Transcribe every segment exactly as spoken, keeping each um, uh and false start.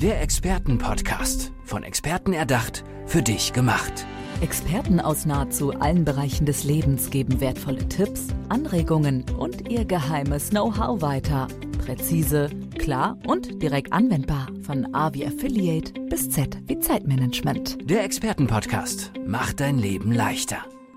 Der Experten-Podcast. Von Experten erdacht, für dich gemacht. Experten aus nahezu allen Bereichen des Lebens geben wertvolle Tipps, Anregungen und ihr geheimes Know-how weiter. Präzise, klar und direkt anwendbar. Von A wie Affiliate bis Z wie Zeitmanagement. Der Experten-Podcast macht dein Leben leichter.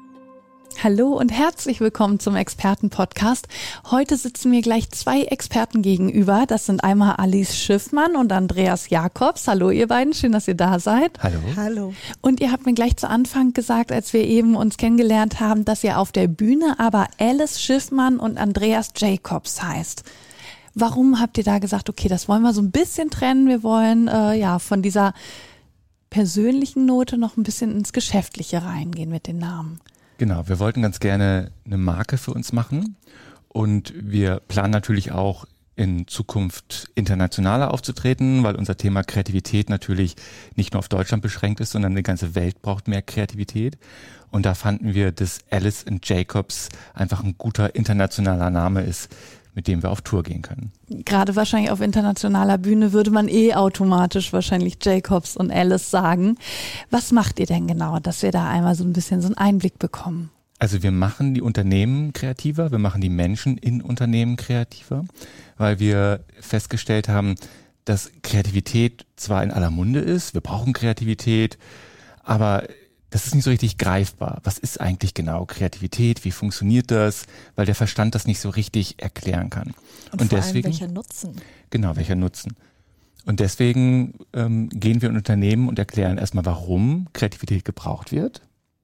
Hallo und herzlich willkommen zum Experten-Podcast. Heute sitzen mir gleich zwei Experten gegenüber. Das sind einmal Alice Schiffmann und Andreas Jakobs. Hallo ihr beiden, schön, dass ihr da seid. Hallo. Hallo. Und ihr habt mir gleich zu Anfang gesagt, als wir eben uns kennengelernt haben, dass ihr auf der Bühne aber Alice Schiffmann und Andreas Jakobs heißt. Warum habt ihr da gesagt, okay, das wollen wir so ein bisschen trennen. Wir wollen äh, ja von dieser persönlichen Note noch ein bisschen ins Geschäftliche reingehen mit den Namen. Genau, wir wollten ganz gerne eine Marke für uns machen und wir planen natürlich auch in Zukunft internationaler aufzutreten, weil unser Thema Kreativität natürlich nicht nur auf Deutschland beschränkt ist, sondern eine ganze Welt braucht mehr Kreativität. Und da fanden wir, dass Alice and Jakobs einfach ein guter internationaler Name ist, mit dem wir auf Tour gehen können. Gerade wahrscheinlich auf internationaler Bühne würde man eh automatisch wahrscheinlich Jakobs und Alice sagen. Was macht ihr denn genau, dass wir da einmal so ein bisschen so einen Einblick bekommen? Also wir machen die Unternehmen kreativer, wir machen die Menschen in Unternehmen kreativer, weil wir festgestellt haben, dass Kreativität zwar in aller Munde ist, wir brauchen Kreativität, aber das ist nicht so richtig greifbar. Was ist eigentlich genau Kreativität? Wie funktioniert das? Weil der Verstand das nicht so richtig erklären kann. Und, und vor deswegen, allem welcher Nutzen? Genau, welcher Nutzen. Und deswegen ähm, gehen wir in Unternehmen und erklären erstmal, warum Kreativität gebraucht wird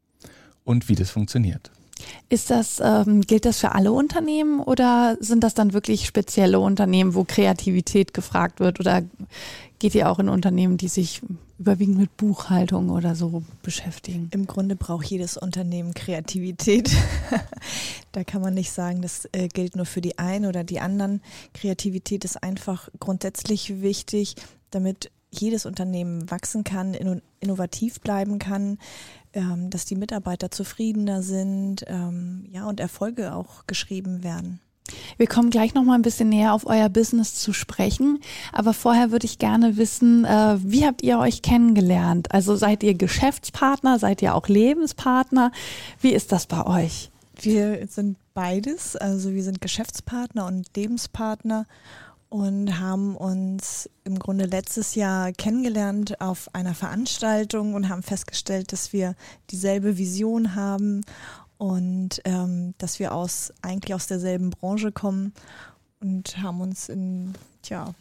und wie das funktioniert. Ist das, ähm, gilt das für alle Unternehmen oder sind das dann wirklich spezielle Unternehmen, wo Kreativität gefragt wird? Oder geht ihr auch in Unternehmen, die sich überwiegend mit Buchhaltung oder so beschäftigen? Im Grunde braucht jedes Unternehmen Kreativität. Da kann man nicht sagen, das äh, gilt nur für die einen oder die anderen. Kreativität ist einfach grundsätzlich wichtig, damit jedes Unternehmen wachsen kann, inno- innovativ bleiben kann, ähm, dass die Mitarbeiter zufriedener sind, ähm, ja, und Erfolge auch geschrieben werden. Wir kommen gleich noch mal ein bisschen näher auf euer Business zu sprechen, aber vorher würde ich gerne wissen, äh, wie habt ihr euch kennengelernt? Also seid ihr Geschäftspartner, seid ihr auch Lebenspartner? Wie ist das bei euch? Wir sind beides, also wir sind Geschäftspartner und Lebenspartner und haben uns im Grunde letztes Jahr kennengelernt auf einer Veranstaltung und haben festgestellt, dass wir dieselbe Vision haben und ähm, dass wir aus eigentlich aus derselben Branche kommen und haben uns in, tja,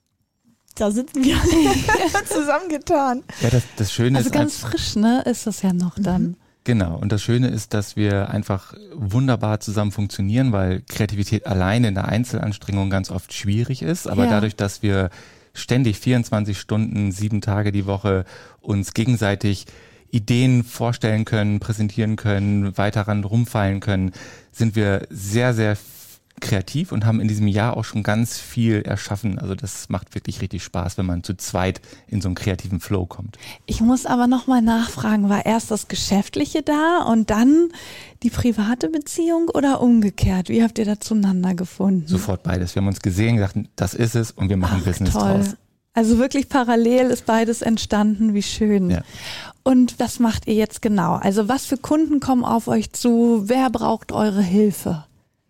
da sind wir zusammengetan. Ja, das, das Schöne also ist ganz frisch, ne, ist das ja noch dann. Mhm. Genau, und das Schöne ist, dass wir einfach wunderbar zusammen funktionieren, weil Kreativität alleine in der Einzelanstrengung ganz oft schwierig ist, aber ja. Dadurch, dass wir ständig vierundzwanzig Stunden, sieben Tage die Woche uns gegenseitig Ideen vorstellen können, präsentieren können, weiter ran rumfallen können, sind wir sehr, sehr kreativ und haben in diesem Jahr auch schon ganz viel erschaffen. Also das macht wirklich richtig Spaß, wenn man zu zweit in so einen kreativen Flow kommt. Ich muss aber nochmal nachfragen, war erst das Geschäftliche da und dann die private Beziehung oder umgekehrt? Wie habt ihr da zueinander gefunden? Sofort beides. Wir haben uns gesehen, gesagt, das ist es und wir machen Ach, Business toll. draus. Also wirklich parallel ist beides entstanden, wie schön. Ja. Und was macht ihr jetzt genau? Also was für Kunden kommen auf euch zu? Wer braucht eure Hilfe?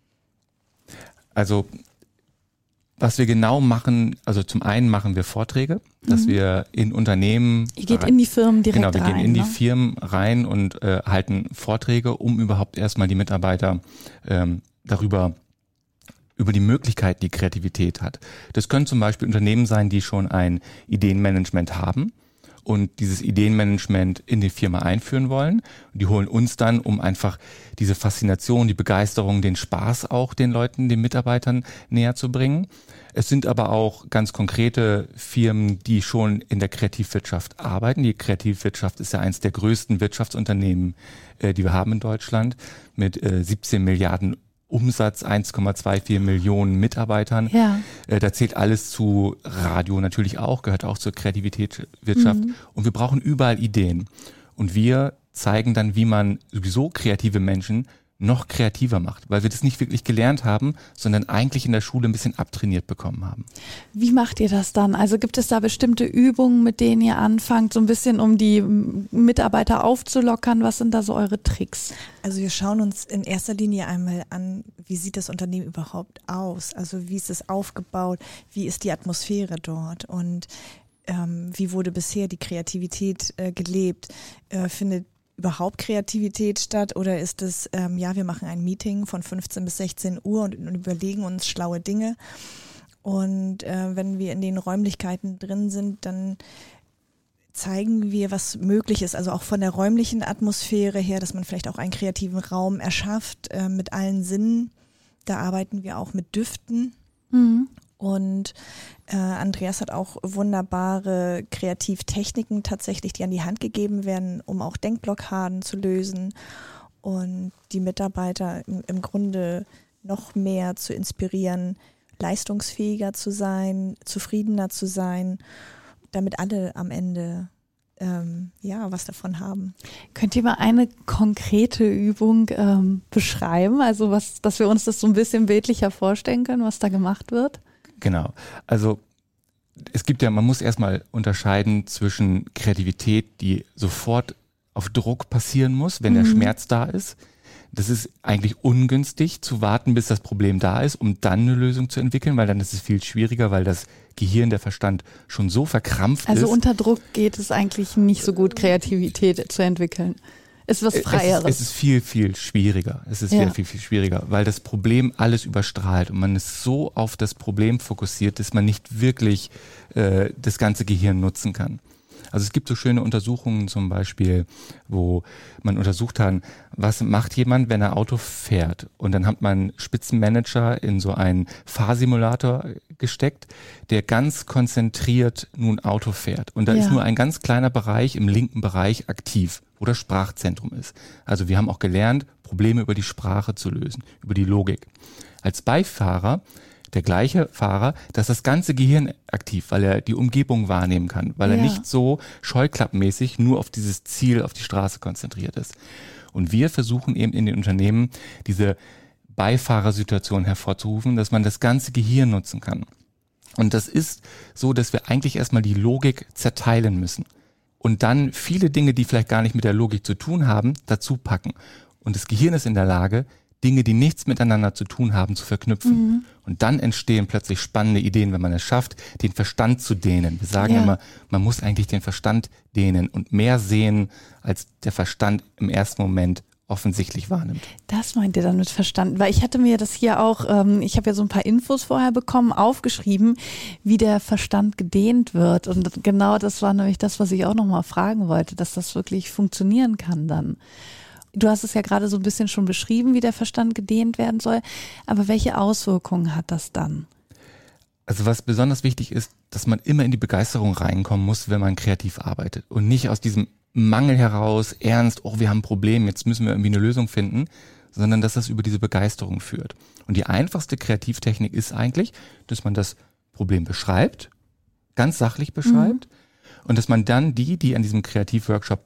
Also was wir genau machen, also zum einen machen wir Vorträge, dass mhm. wir in Unternehmen... Ihr geht rein, in die Firmen direkt rein. Genau, wir rein, gehen in ne? die Firmen rein und äh, halten Vorträge, um überhaupt erstmal die Mitarbeiter ähm, darüber über die Möglichkeit, die Kreativität hat. Das können zum Beispiel Unternehmen sein, die schon ein Ideenmanagement haben und dieses Ideenmanagement in die Firma einführen wollen. Und die holen uns dann, um einfach diese Faszination, die Begeisterung, den Spaß auch den Leuten, den Mitarbeitern näher zu bringen. Es sind aber auch ganz konkrete Firmen, die schon in der Kreativwirtschaft arbeiten. Die Kreativwirtschaft ist ja eines der größten Wirtschaftsunternehmen, äh, die wir haben in Deutschland, mit äh, siebzehn Milliarden Umsatz, eins Komma vierundzwanzig Millionen Mitarbeitern. Ja. Äh, da zählt alles zu. Radio natürlich auch, gehört auch zur Kreativitätswirtschaft. Mhm. Und wir brauchen überall Ideen. Und wir zeigen dann, wie man sowieso kreative Menschen noch kreativer macht, weil wir das nicht wirklich gelernt haben, sondern eigentlich in der Schule ein bisschen abtrainiert bekommen haben. Wie macht ihr das dann? Also gibt es da bestimmte Übungen, mit denen ihr anfangt, so ein bisschen um die Mitarbeiter aufzulockern? Was sind da so eure Tricks? Also wir schauen uns in erster Linie einmal an, wie sieht das Unternehmen überhaupt aus? Also wie ist es aufgebaut? Wie ist die Atmosphäre dort? Und ähm, wie wurde bisher die Kreativität äh, gelebt? Äh, findet überhaupt Kreativität statt oder ist es, ähm, ja, wir machen ein Meeting von fünfzehn bis sechzehn Uhr und, und überlegen uns schlaue Dinge und äh, wenn wir in den Räumlichkeiten drin sind, dann zeigen wir, was möglich ist, also auch von der räumlichen Atmosphäre her, dass man vielleicht auch einen kreativen Raum erschafft äh, mit allen Sinnen. Da arbeiten wir auch mit Düften. Mhm. Und äh, Andreas hat auch wunderbare Kreativtechniken tatsächlich, die an die Hand gegeben werden, um auch Denkblockaden zu lösen und die Mitarbeiter im, im Grunde noch mehr zu inspirieren, leistungsfähiger zu sein, zufriedener zu sein, damit alle am Ende ähm, ja was davon haben. Könnt ihr mal eine konkrete Übung ähm, beschreiben, also was, dass wir uns das so ein bisschen bildlicher vorstellen können, was da gemacht wird? Genau. Also es gibt ja, man muss erstmal unterscheiden zwischen Kreativität, die sofort auf Druck passieren muss, wenn mhm. der Schmerz da ist. Das ist eigentlich ungünstig zu warten, bis das Problem da ist, um dann eine Lösung zu entwickeln, weil dann ist es viel schwieriger, weil das Gehirn, der Verstand schon so verkrampft also ist. Also unter Druck geht es eigentlich nicht so gut, Kreativität zu entwickeln. Es ist was Freieres. Es ist, es ist viel, viel schwieriger. Es ist ja. viel, viel, viel schwieriger, weil das Problem alles überstrahlt und man ist so auf das Problem fokussiert, dass man nicht wirklich äh, das ganze Gehirn nutzen kann. Also es gibt so schöne Untersuchungen zum Beispiel, wo man untersucht hat, was macht jemand, wenn er Auto fährt? Und dann hat man Spitzenmanager in so einen Fahrsimulator gesteckt, der ganz konzentriert nun Auto fährt. Und da ja. ist nur ein ganz kleiner Bereich im linken Bereich aktiv, wo das Sprachzentrum ist. Also wir haben auch gelernt, Probleme über die Sprache zu lösen, über die Logik. Als Beifahrer, der gleiche Fahrer, da ist das ganze Gehirn aktiv, weil er die Umgebung wahrnehmen kann, weil ja. er nicht so scheuklappenmäßig nur auf dieses Ziel, auf die Straße konzentriert ist. Und wir versuchen eben in den Unternehmen diese Beifahrersituation hervorzurufen, dass man das ganze Gehirn nutzen kann. Und das ist so, dass wir eigentlich erstmal die Logik zerteilen müssen und dann viele Dinge, die vielleicht gar nicht mit der Logik zu tun haben, dazu packen. Und das Gehirn ist in der Lage, Dinge, die nichts miteinander zu tun haben, zu verknüpfen. Mhm. Und dann entstehen plötzlich spannende Ideen, wenn man es schafft, den Verstand zu dehnen. Wir sagen ja. immer, man muss eigentlich den Verstand dehnen und mehr sehen, als der Verstand im ersten Moment offensichtlich wahrnimmt. Das meint ihr dann mit Verstand? Weil ich hatte mir das hier auch, ähm, ich habe ja so ein paar Infos vorher bekommen, aufgeschrieben, wie der Verstand gedehnt wird. Und genau das war nämlich das, was ich auch nochmal fragen wollte, dass das wirklich funktionieren kann dann. Du hast es ja gerade so ein bisschen schon beschrieben, wie der Verstand gedehnt werden soll. Aber welche Auswirkungen hat das dann? Also was besonders wichtig ist, dass man immer in die Begeisterung reinkommen muss, wenn man kreativ arbeitet. Und nicht aus diesem Mangel heraus, ernst, oh, wir haben ein Problem, jetzt müssen wir irgendwie eine Lösung finden, sondern dass das über diese Begeisterung führt. Und die einfachste Kreativtechnik ist eigentlich, dass man das Problem beschreibt, ganz sachlich beschreibt, mhm. und dass man dann die, die an diesem Kreativworkshop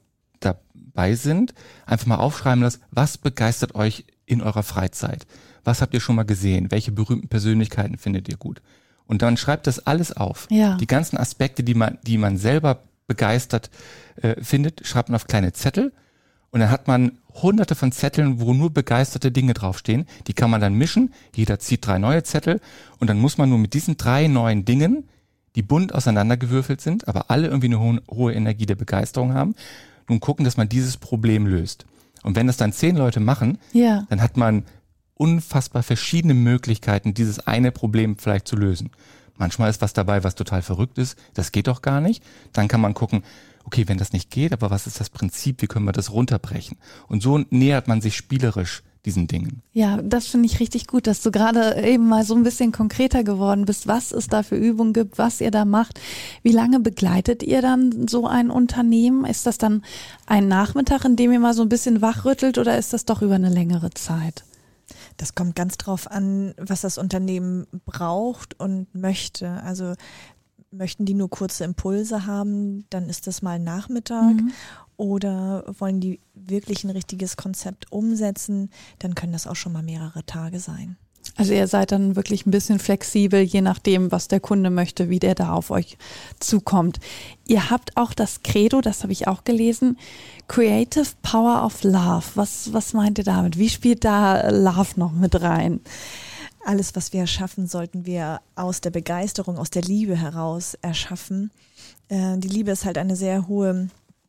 dabei sind, einfach mal aufschreiben lässt, was begeistert euch in eurer Freizeit? Was habt ihr schon mal gesehen? Welche berühmten Persönlichkeiten findet ihr gut? Und dann schreibt das alles auf. Ja. Die ganzen Aspekte, die man, die man selber begeistert äh, findet, schreibt man auf kleine Zettel und dann hat man hunderte von Zetteln, wo nur begeisterte Dinge draufstehen. Die kann man dann mischen. Jeder zieht drei neue Zettel und dann muss man nur mit diesen drei neuen Dingen, die bunt auseinandergewürfelt sind, aber alle irgendwie eine hohe, hohe Energie der Begeisterung haben, und gucken, dass man dieses Problem löst. Und wenn das dann zehn Leute machen, ja. dann hat man unfassbar verschiedene Möglichkeiten, dieses eine Problem vielleicht zu lösen. Manchmal ist was dabei, was total verrückt ist. Das geht doch gar nicht. Dann kann man gucken, okay, wenn das nicht geht, aber was ist das Prinzip? Wie können wir das runterbrechen? Und so nähert man sich spielerisch diesen Dingen. Ja, das finde ich richtig gut, dass du gerade eben mal so ein bisschen konkreter geworden bist, was es da für Übungen gibt, was ihr da macht. Wie lange begleitet ihr dann so ein Unternehmen? Ist das dann ein Nachmittag, in dem ihr mal so ein bisschen wachrüttelt oder ist das doch über eine längere Zeit? Das kommt ganz drauf an, was das Unternehmen braucht und möchte. Also möchten die nur kurze Impulse haben, dann ist das mal Nachmittag. Mhm. oder wollen die wirklich ein richtiges Konzept umsetzen, dann können das auch schon mal mehrere Tage sein. Also ihr seid dann wirklich ein bisschen flexibel, je nachdem, was der Kunde möchte, wie der da auf euch zukommt. Ihr habt auch das Credo, das habe ich auch gelesen, Creative Power of Love. Was, was meint ihr damit? Wie spielt da Love noch mit rein? Alles, was wir erschaffen, sollten wir aus der Begeisterung, aus der Liebe heraus erschaffen. Äh, die Liebe ist halt eine sehr hohe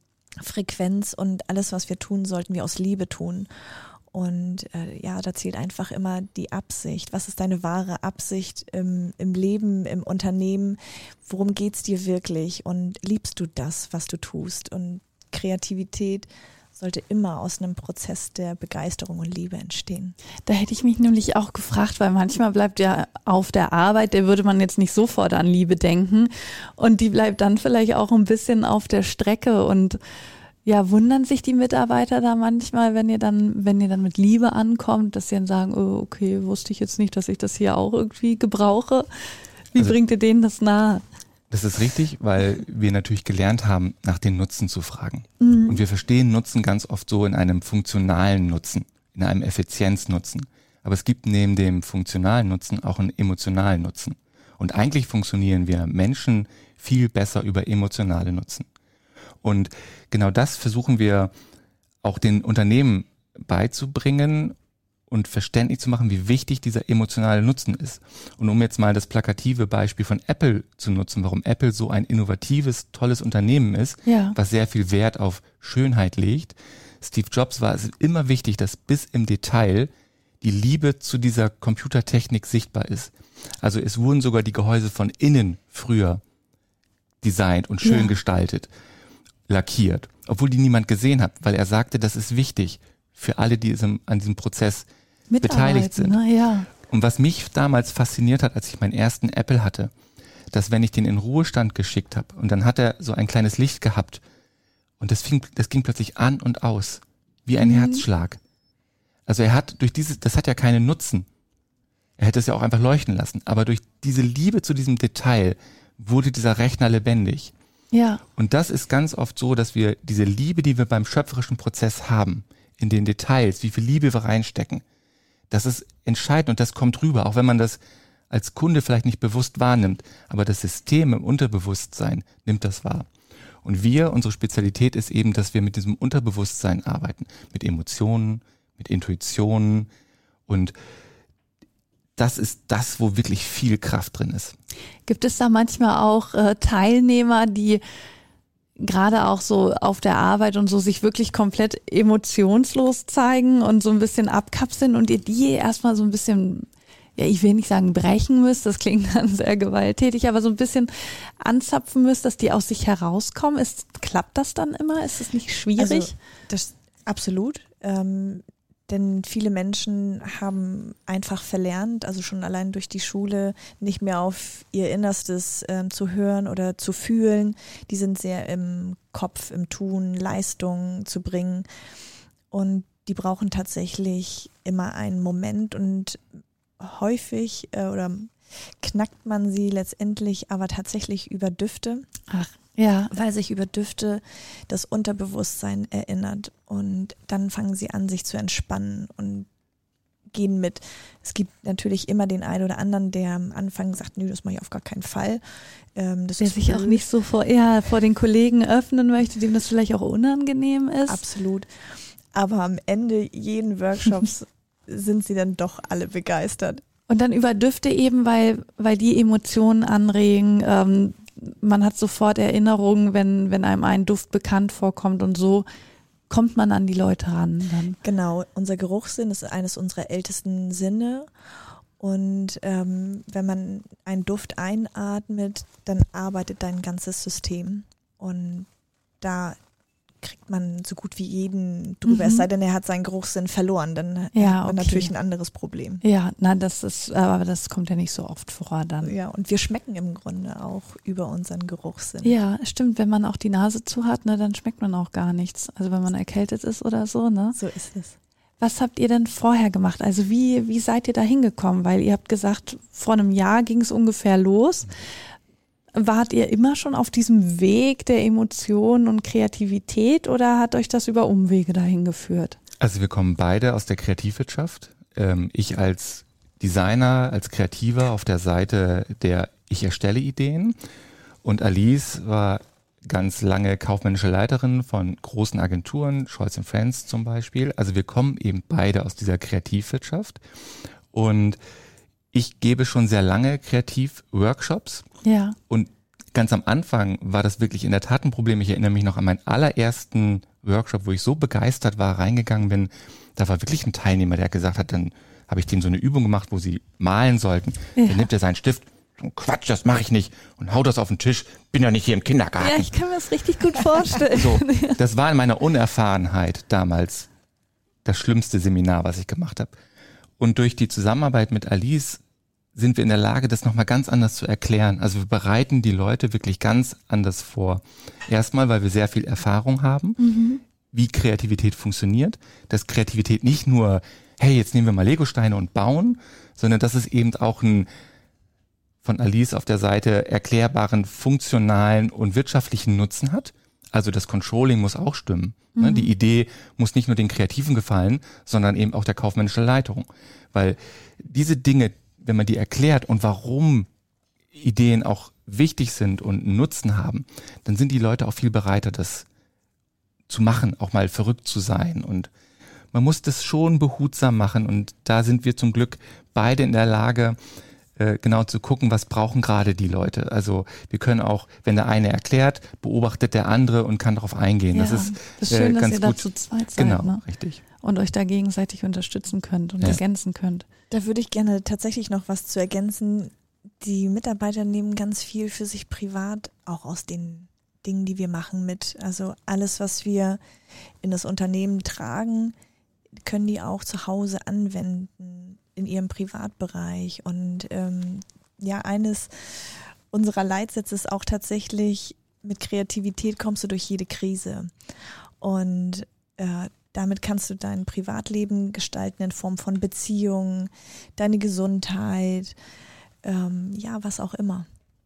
Frequenz und alles, was wir tun, sollten wir aus Liebe tun. Und äh, ja, da zählt einfach immer die Absicht. Was ist deine wahre Absicht im, im Leben, im Unternehmen? Worum geht's dir wirklich? Und liebst du das, was du tust? Und Kreativität sollte immer aus einem Prozess der Begeisterung und Liebe entstehen. Da hätte ich mich nämlich auch gefragt, weil manchmal bleibt ja auf der Arbeit, da würde man jetzt nicht sofort an Liebe denken. Und die bleibt dann vielleicht auch ein bisschen auf der Strecke und ja, wundern sich die Mitarbeiter da manchmal, wenn ihr dann, wenn ihr dann mit Liebe ankommt, dass sie dann sagen, oh, okay, wusste ich jetzt nicht, dass ich das hier auch irgendwie gebrauche. Wie also, bringt ihr denen das nahe? Das ist richtig, weil wir natürlich gelernt haben, nach den Nutzen zu fragen. Mhm. Und wir verstehen Nutzen ganz oft so in einem funktionalen Nutzen, in einem Effizienznutzen. Aber es gibt neben dem funktionalen Nutzen auch einen emotionalen Nutzen. Und eigentlich funktionieren wir Menschen viel besser über emotionale Nutzen. Und genau das versuchen wir auch den Unternehmen beizubringen und verständlich zu machen, wie wichtig dieser emotionale Nutzen ist. Und um jetzt mal das plakative Beispiel von Apple zu nutzen, warum Apple so ein innovatives, tolles Unternehmen ist, ja, was sehr viel Wert auf Schönheit legt. Steve Jobs war es immer wichtig, dass bis im Detail die Liebe zu dieser Computertechnik sichtbar ist. Also es wurden sogar die Gehäuse von innen früher designt und schön ja. gestaltet, lackiert, obwohl die niemand gesehen hat, weil er sagte, das ist wichtig für alle, die an diesem Prozess beteiligt sind. Na ja. Und was mich damals fasziniert hat, als ich meinen ersten Apple hatte, dass wenn ich den in Ruhestand geschickt habe und dann hat er so ein kleines Licht gehabt und das, fing, das ging plötzlich an und aus, wie ein mhm. Herzschlag. Also er hat durch dieses, das hat ja keinen Nutzen. Er hätte es ja auch einfach leuchten lassen, aber durch diese Liebe zu diesem Detail wurde dieser Rechner lebendig. Ja. Und das ist ganz oft so, dass wir diese Liebe, die wir beim schöpferischen Prozess haben, in den Details, wie viel Liebe wir reinstecken, das ist entscheidend und das kommt rüber, auch wenn man das als Kunde vielleicht nicht bewusst wahrnimmt, aber das System im Unterbewusstsein nimmt das wahr. Und wir, unsere Spezialität ist eben, dass wir mit diesem Unterbewusstsein arbeiten, mit Emotionen, mit Intuitionen und das ist das, wo wirklich viel Kraft drin ist. Gibt es da manchmal auch äh, Teilnehmer, die gerade auch so auf der Arbeit und so sich wirklich komplett emotionslos zeigen und so ein bisschen abkapseln und ihr die erstmal so ein bisschen, ja, ich will nicht sagen brechen müsst, das klingt dann sehr gewalttätig, aber so ein bisschen anzapfen müsst, dass die aus sich herauskommen? Ist, klappt das dann immer? Ist es nicht schwierig? Also, das absolut. Ähm, Denn viele Menschen haben einfach verlernt, also schon allein durch die Schule, nicht mehr auf ihr Innerstes äh, zu hören oder zu fühlen. Die sind sehr im Kopf, im Tun, Leistung zu bringen. Und die brauchen tatsächlich immer einen Moment und häufig äh, oder knackt man sie letztendlich aber tatsächlich über Düfte. Ach. Ja, weil sich über Düfte das Unterbewusstsein erinnert und dann fangen sie an, sich zu entspannen und gehen mit. Es gibt natürlich immer den einen oder anderen, der am Anfang sagt, nö, das mache ich auf gar keinen Fall. Ähm, das der ist sich blöd. Auch nicht so vor, ja, vor den Kollegen öffnen möchte, dem das vielleicht auch unangenehm ist. Absolut. Aber am Ende jeden Workshops sind sie dann doch alle begeistert. Und dann über Düfte eben, weil, weil die Emotionen anregen, ähm, man hat sofort Erinnerungen, wenn, wenn einem ein Duft bekannt vorkommt und so kommt man an die Leute ran. Dann. Genau, unser Geruchssinn ist eines unserer ältesten Sinne und ähm, wenn man einen Duft einatmet, dann arbeitet dein ganzes System und da kriegt man so gut wie jeden drüber, mhm. es sei denn, er hat seinen Geruchssinn verloren, dann ja, hat man okay. natürlich ein anderes Problem. Ja, na, das ist, aber das kommt ja nicht so oft vor dann. Ja, und wir schmecken im Grunde auch über unseren Geruchssinn. Ja, stimmt, wenn man auch die Nase zu hat, ne, dann schmeckt man auch gar nichts. Also wenn man erkältet ist oder so, ne? So ist es. Was habt ihr denn vorher gemacht? Also wie, wie seid ihr da hingekommen? Weil ihr habt gesagt, vor einem Jahr ging es ungefähr los. Wart ihr immer schon auf diesem Weg der Emotionen und Kreativität oder hat euch das über Umwege dahin geführt? Also wir kommen beide aus der Kreativwirtschaft. Ähm, ich als Designer, als Kreativer auf der Seite der ich erstelle Ideen und Alice war ganz lange kaufmännische Leiterin von großen Agenturen, Scholz and Friends zum Beispiel. Also wir kommen eben beide aus dieser Kreativwirtschaft und ich gebe schon sehr lange Kreativworkshops. Ja. Und ganz am Anfang war das wirklich in der Tat ein Problem. Ich erinnere mich noch an meinen allerersten Workshop, wo ich so begeistert war, reingegangen bin. Da war wirklich ein Teilnehmer, der gesagt hat, dann habe ich denen so eine Übung gemacht, wo sie malen sollten. Ja. Dann nimmt er seinen Stift, Quatsch, das mache ich nicht und haut das auf den Tisch. Bin ja nicht hier im Kindergarten. Ja, ich kann mir das richtig gut vorstellen. So, das war in meiner Unerfahrenheit damals das schlimmste Seminar, was ich gemacht habe. Und durch die Zusammenarbeit mit Alice sind wir in der Lage, das nochmal ganz anders zu erklären. Also wir bereiten die Leute wirklich ganz anders vor. Erstmal, weil wir sehr viel Erfahrung haben, mhm. wie Kreativität funktioniert. Dass Kreativität nicht nur, hey, jetzt nehmen wir mal Legosteine und bauen, sondern dass es eben auch einen von Alice auf der Seite erklärbaren, funktionalen und wirtschaftlichen Nutzen hat. Also das Controlling muss auch stimmen. Mhm. Die Idee muss nicht nur den Kreativen gefallen, sondern eben auch der kaufmännischen Leitung. Weil diese Dinge, wenn man die erklärt und warum Ideen auch wichtig sind und einen Nutzen haben, dann sind die Leute auch viel bereiter, das zu machen, auch mal verrückt zu sein. Und man muss das schon behutsam machen. Und da sind wir zum Glück beide in der Lage, genau zu gucken, was brauchen gerade die Leute. Also wir können auch, wenn der eine erklärt, beobachtet der andere und kann darauf eingehen. Ja, das ist, das ist schön, äh, ganz dass ihr gut. da zu zweit seid. Genau, ne? richtig. Und euch da gegenseitig unterstützen könnt und ja. ergänzen könnt. Da würde ich gerne tatsächlich noch was zu ergänzen. Die Mitarbeiter nehmen ganz viel für sich privat, auch aus den Dingen, die wir machen, mit. Also alles, was wir in das Unternehmen tragen, können die auch zu Hause anwenden in ihrem Privatbereich. Und ähm, ja, eines unserer Leitsätze ist auch tatsächlich, mit Kreativität kommst du durch jede Krise. Und äh, damit kannst du dein Privatleben gestalten in Form von Beziehungen, deine Gesundheit, ähm, ja, was auch immer.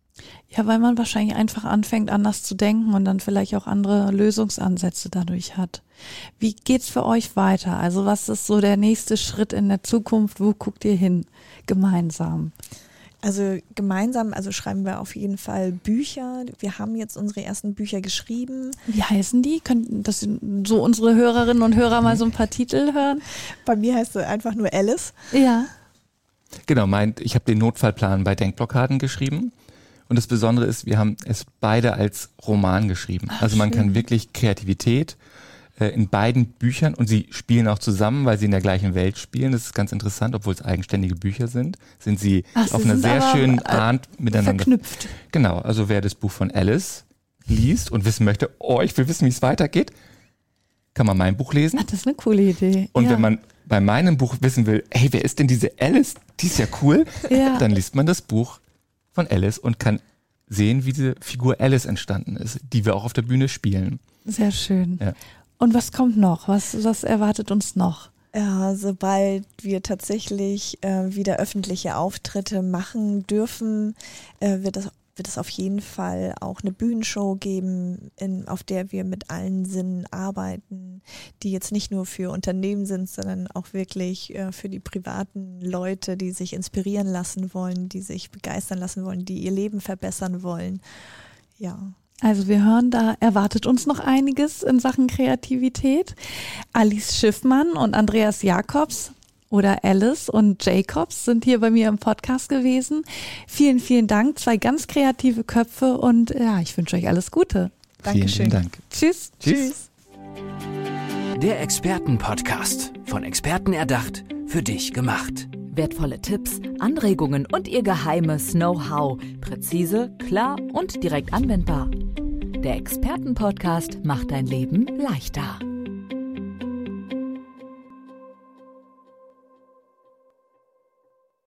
Ja, weil man wahrscheinlich einfach anfängt, anders zu denken und dann vielleicht auch andere Lösungsansätze dadurch hat. Wie geht's für euch weiter? Also was ist so der nächste Schritt in der Zukunft? Wo guckt ihr hin gemeinsam? Also gemeinsam, also schreiben wir auf jeden Fall Bücher. Wir haben jetzt unsere ersten Bücher geschrieben. Wie heißen die? Können das so unsere Hörerinnen und Hörer mal so ein paar Titel hören? Bei mir heißt es einfach nur Alice. Ja. Genau, mein, ich habe den Notfallplan bei Denkblockaden geschrieben. Und das Besondere ist, wir haben es beide als Roman geschrieben. Ach, also man schön. Kann wirklich Kreativität äh, in beiden Büchern, und sie spielen auch zusammen, weil sie in der gleichen Welt spielen. Das ist ganz interessant, obwohl es eigenständige Bücher sind, sind sie Ach, auf sie einer sehr schönen äh, Art miteinander verknüpft. Genau, also wer das Buch von Alice liest und wissen möchte, oh, ich will wissen, wie es weitergeht, kann man mein Buch lesen. Ach, das ist eine coole Idee. Und ja. wenn man bei meinem Buch wissen will, hey, wer ist denn diese Alice? Die ist ja cool. Ja. Dann liest man das Buch von Alice und kann sehen, wie diese Figur Alice entstanden ist, die wir auch auf der Bühne spielen. Sehr schön. Ja. Und was kommt noch? Was, was erwartet uns noch? Ja, sobald wir tatsächlich äh, wieder öffentliche Auftritte machen dürfen, äh, wird es wird es auf jeden Fall auch eine Bühnenshow geben, in, auf der wir mit allen Sinnen arbeiten, die jetzt nicht nur für Unternehmen sind, sondern auch wirklich äh, für die privaten Leute, die sich inspirieren lassen wollen, die sich begeistern lassen wollen, die ihr Leben verbessern wollen. Ja. Also wir hören, da erwartet uns noch einiges in Sachen Kreativität. Alice Schiffmann und Andreas Jacobs oder Alice und Jacobs sind hier bei mir im Podcast gewesen. Vielen, vielen Dank. Zwei ganz kreative Köpfe und ja, ich wünsche euch alles Gute. Dankeschön. Vielen Dank. Tschüss. Tschüss. Der Expertenpodcast. Von Experten erdacht, für dich gemacht. Wertvolle Tipps, Anregungen und ihr geheimes Know-how. Präzise, klar und direkt anwendbar. Der Expertenpodcast macht dein Leben leichter.